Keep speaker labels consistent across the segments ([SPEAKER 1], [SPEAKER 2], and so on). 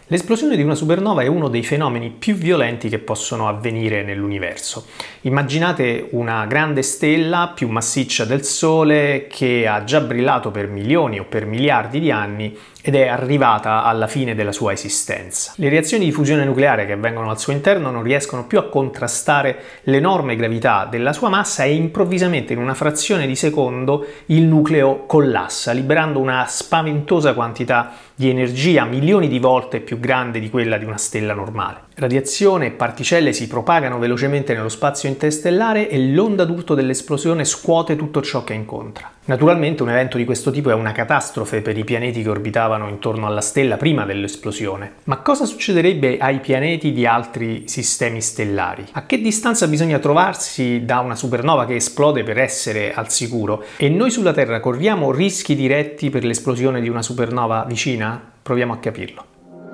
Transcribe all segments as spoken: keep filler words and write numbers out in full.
[SPEAKER 1] L'esplosione di una supernova è uno dei fenomeni più violenti che possono avvenire nell'universo. Immaginate una grande stella più massiccia del Sole che ha già brillato per milioni o per miliardi di anni ed è arrivata alla fine della sua esistenza. Le reazioni di fusione nucleare che avvengono al suo interno non riescono più a contrastare l'enorme gravità della sua massa e improvvisamente in una frazione di secondo il nucleo collassa, liberando una spaventosa quantità di energia milioni di volte più grande di quella di una stella normale. Radiazione e particelle si propagano velocemente nello spazio interstellare e l'onda d'urto dell'esplosione scuote tutto ciò che incontra. Naturalmente un evento di questo tipo è una catastrofe per i pianeti che orbitavano intorno alla stella prima dell'esplosione. Ma cosa succederebbe ai pianeti di altri sistemi stellari? A che distanza bisogna trovarsi da una supernova che esplode per essere al sicuro? E noi sulla Terra corriamo rischi diretti per l'esplosione di una supernova vicina? Proviamo a capirlo.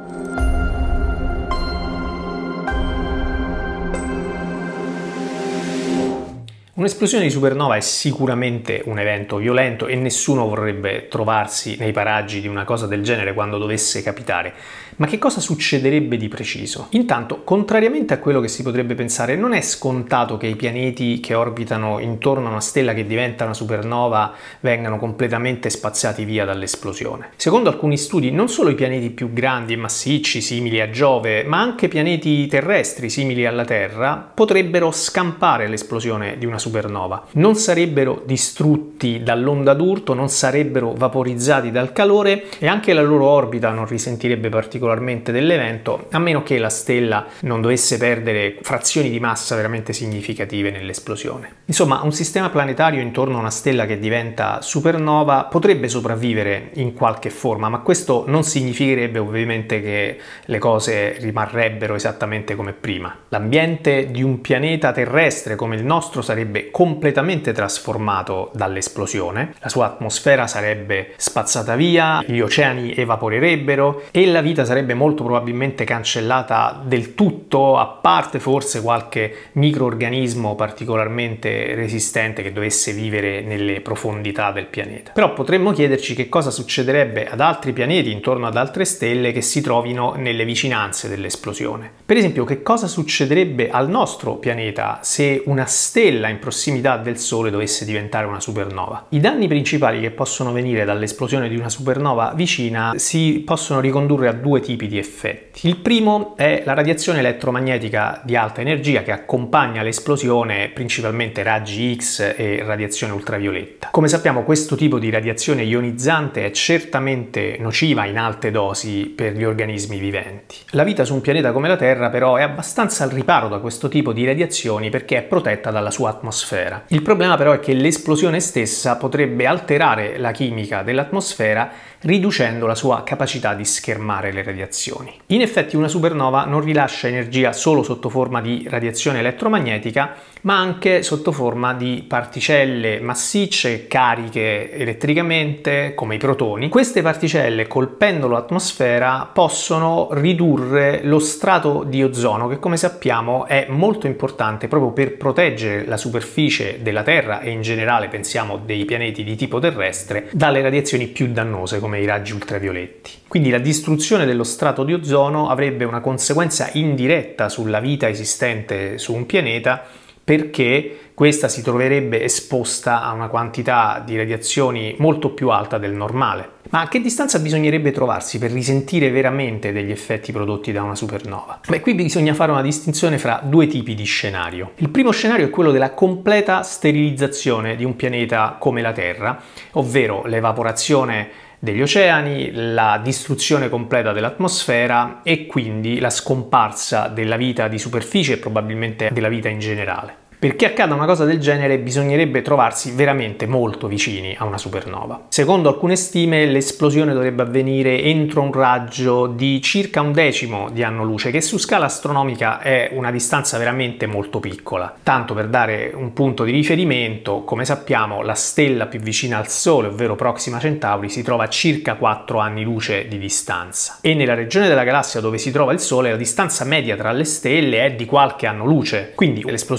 [SPEAKER 1] Un'esplosione di supernova è sicuramente un evento violento e nessuno vorrebbe trovarsi nei paraggi di una cosa del genere quando dovesse capitare. Ma che cosa succederebbe di preciso? Intanto, contrariamente a quello che si potrebbe pensare, non è scontato che i pianeti che orbitano intorno a una stella che diventa una supernova vengano completamente spazzati via dall'esplosione. Secondo alcuni studi, non solo i pianeti più grandi e massicci, simili a Giove, ma anche pianeti terrestri, simili alla Terra, potrebbero scampare l'esplosione di una supernova. supernova. Non sarebbero distrutti dall'onda d'urto, non sarebbero vaporizzati dal calore e anche la loro orbita non risentirebbe particolarmente dell'evento, a meno che la stella non dovesse perdere frazioni di massa veramente significative nell'esplosione. Insomma, un sistema planetario intorno a una stella che diventa supernova potrebbe sopravvivere in qualche forma, ma questo non significherebbe ovviamente che le cose rimarrebbero esattamente come prima. L'ambiente di un pianeta terrestre come il nostro sarebbe completamente trasformato dall'esplosione, la sua atmosfera sarebbe spazzata via, gli oceani evaporerebbero e la vita sarebbe molto probabilmente cancellata del tutto, a parte forse qualche microorganismo particolarmente resistente che dovesse vivere nelle profondità del pianeta. Però potremmo chiederci che cosa succederebbe ad altri pianeti intorno ad altre stelle che si trovino nelle vicinanze dell'esplosione. Per esempio, che cosa succederebbe al nostro pianeta se una stella in prossimità del Sole dovesse diventare una supernova? I danni principali che possono venire dall'esplosione di una supernova vicina si possono ricondurre a due tipi di effetti. Il primo è la radiazione elettromagnetica di alta energia che accompagna l'esplosione, principalmente raggi X e radiazione ultravioletta. Come sappiamo, questo tipo di radiazione ionizzante è certamente nociva in alte dosi per gli organismi viventi. La vita su un pianeta come la Terra però è abbastanza al riparo da questo tipo di radiazioni perché è protetta dalla sua atmosfera. Il problema però è che l'esplosione stessa potrebbe alterare la chimica dell'atmosfera riducendo la sua capacità di schermare le radiazioni. In effetti una supernova non rilascia energia solo sotto forma di radiazione elettromagnetica, ma anche sotto forma di particelle massicce cariche elettricamente, come i protoni. Queste particelle, colpendo l'atmosfera, possono ridurre lo strato di ozono, che come sappiamo è molto importante proprio per proteggere la superficie della Terra e in generale, pensiamo, dei pianeti di tipo terrestre, dalle radiazioni più dannose come i raggi ultravioletti. Quindi la distruzione dello strato di ozono avrebbe una conseguenza indiretta sulla vita esistente su un pianeta, perché questa si troverebbe esposta a una quantità di radiazioni molto più alta del normale. Ma a che distanza bisognerebbe trovarsi per risentire veramente degli effetti prodotti da una supernova? Beh, qui bisogna fare una distinzione fra due tipi di scenario. Il primo scenario è quello della completa sterilizzazione di un pianeta come la Terra, ovvero l'evaporazione degli oceani, la distruzione completa dell'atmosfera e quindi la scomparsa della vita di superficie e probabilmente della vita in generale. Perché accada una cosa del genere bisognerebbe trovarsi veramente molto vicini a una supernova. Secondo alcune stime l'esplosione dovrebbe avvenire entro un raggio di circa un decimo di anno luce, che su scala astronomica è una distanza veramente molto piccola. Tanto per dare un punto di riferimento, come sappiamo la stella più vicina al Sole, ovvero Proxima Centauri, si trova a circa quattro anni luce di distanza. E nella regione della galassia dove si trova il Sole la distanza media tra le stelle è di qualche anno luce, quindi l'esplosione di una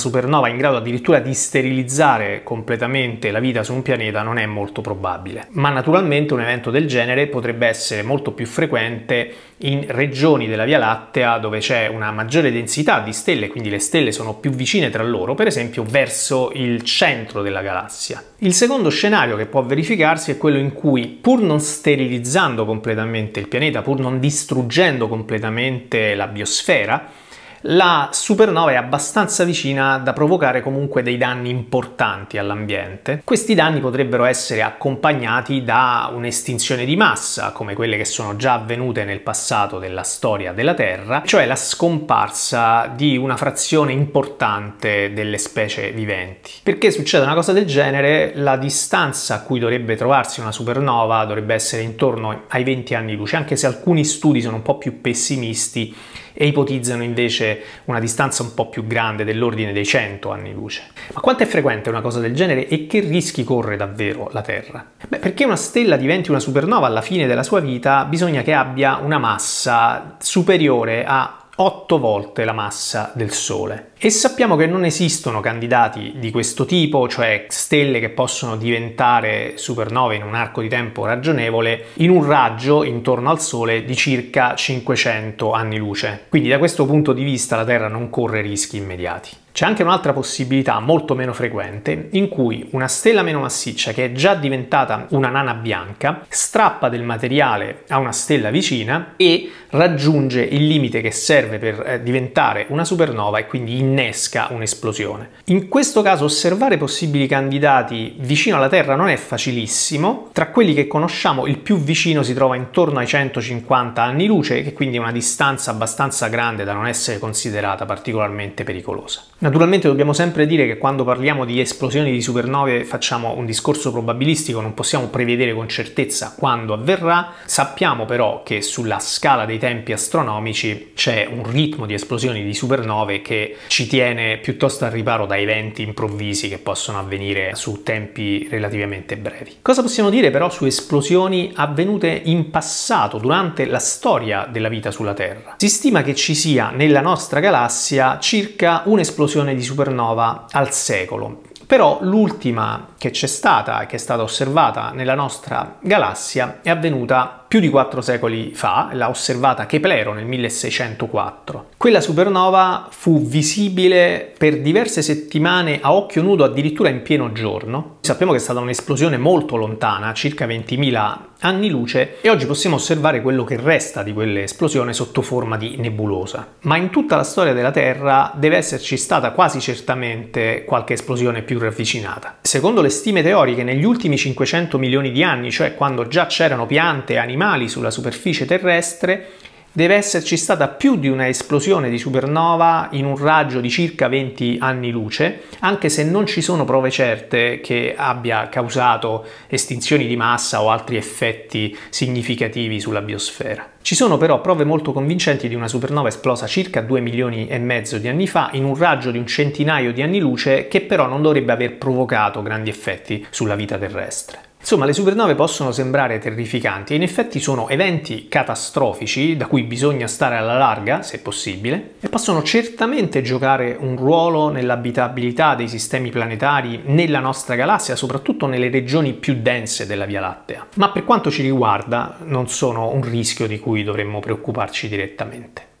[SPEAKER 1] supernova in grado addirittura di sterilizzare completamente la vita su un pianeta non è molto probabile. Ma naturalmente un evento del genere potrebbe essere molto più frequente in regioni della Via Lattea dove c'è una maggiore densità di stelle, quindi le stelle sono più vicine tra loro, per esempio verso il centro della galassia. Il secondo scenario che può verificarsi è quello in cui, pur non sterilizzando completamente il pianeta, pur non distruggendo completamente la biosfera, la supernova è abbastanza vicina da provocare comunque dei danni importanti all'ambiente. Questi danni potrebbero essere accompagnati da un'estinzione di massa, come quelle che sono già avvenute nel passato della storia della Terra, cioè la scomparsa di una frazione importante delle specie viventi. Perché succede una cosa del genere? La distanza a cui dovrebbe trovarsi una supernova dovrebbe essere intorno ai venti anni luce, anche se alcuni studi sono un po' più pessimisti e ipotizzano invece una distanza un po' più grande dell'ordine dei cento anni luce. Ma quanto è frequente una cosa del genere e che rischi corre davvero la Terra? Beh, perché una stella diventi una supernova alla fine della sua vita bisogna che abbia una massa superiore a otto volte la massa del Sole. E sappiamo che non esistono candidati di questo tipo, cioè stelle che possono diventare supernove in un arco di tempo ragionevole, in un raggio intorno al Sole di circa cinquecento anni luce. Quindi da questo punto di vista la Terra non corre rischi immediati. C'è anche un'altra possibilità molto meno frequente in cui una stella meno massiccia che è già diventata una nana bianca strappa del materiale a una stella vicina e raggiunge il limite che serve per eh, diventare una supernova e quindi innesca un'esplosione. In questo caso osservare possibili candidati vicino alla Terra non è facilissimo. Tra quelli che conosciamo il più vicino si trova intorno ai centocinquanta anni luce, che quindi è una distanza abbastanza grande da non essere considerata particolarmente pericolosa. Naturalmente dobbiamo sempre dire che quando parliamo di esplosioni di supernove facciamo un discorso probabilistico, non possiamo prevedere con certezza quando avverrà. Sappiamo però che sulla scala dei tempi astronomici c'è un ritmo di esplosioni di supernove che ci tiene piuttosto al riparo da eventi improvvisi che possono avvenire su tempi relativamente brevi. Cosa possiamo dire però su esplosioni avvenute in passato, durante la storia della vita sulla Terra? Si stima che ci sia nella nostra galassia circa un'esplosione di supernova al secolo. Però l'ultima che c'è stata e che è stata osservata nella nostra galassia è avvenuta più di quattro secoli fa, l'ha osservata Keplero nel milleseicentoquattro. Quella supernova fu visibile per diverse settimane a occhio nudo, addirittura in pieno giorno. Sappiamo che è stata un'esplosione molto lontana, circa ventimila anni luce, e oggi possiamo osservare quello che resta di quell'esplosione sotto forma di nebulosa. Ma in tutta la storia della Terra deve esserci stata quasi certamente qualche esplosione più ravvicinata. Secondo le stime teoriche, negli ultimi cinquecento milioni di anni, cioè quando già c'erano piante e animali sulla superficie terrestre, deve esserci stata più di una esplosione di supernova in un raggio di circa venti anni luce, anche se non ci sono prove certe che abbia causato estinzioni di massa o altri effetti significativi sulla biosfera. Ci sono però prove molto convincenti di una supernova esplosa circa due milioni e mezzo di anni fa in un raggio di un centinaio di anni luce, che però non dovrebbe aver provocato grandi effetti sulla vita terrestre. Insomma, le supernove possono sembrare terrificanti e in effetti sono eventi catastrofici da cui bisogna stare alla larga, se possibile, e possono certamente giocare un ruolo nell'abitabilità dei sistemi planetari nella nostra galassia, soprattutto nelle regioni più dense della Via Lattea. Ma per quanto ci riguarda, non sono un rischio di cui dovremmo preoccuparci direttamente.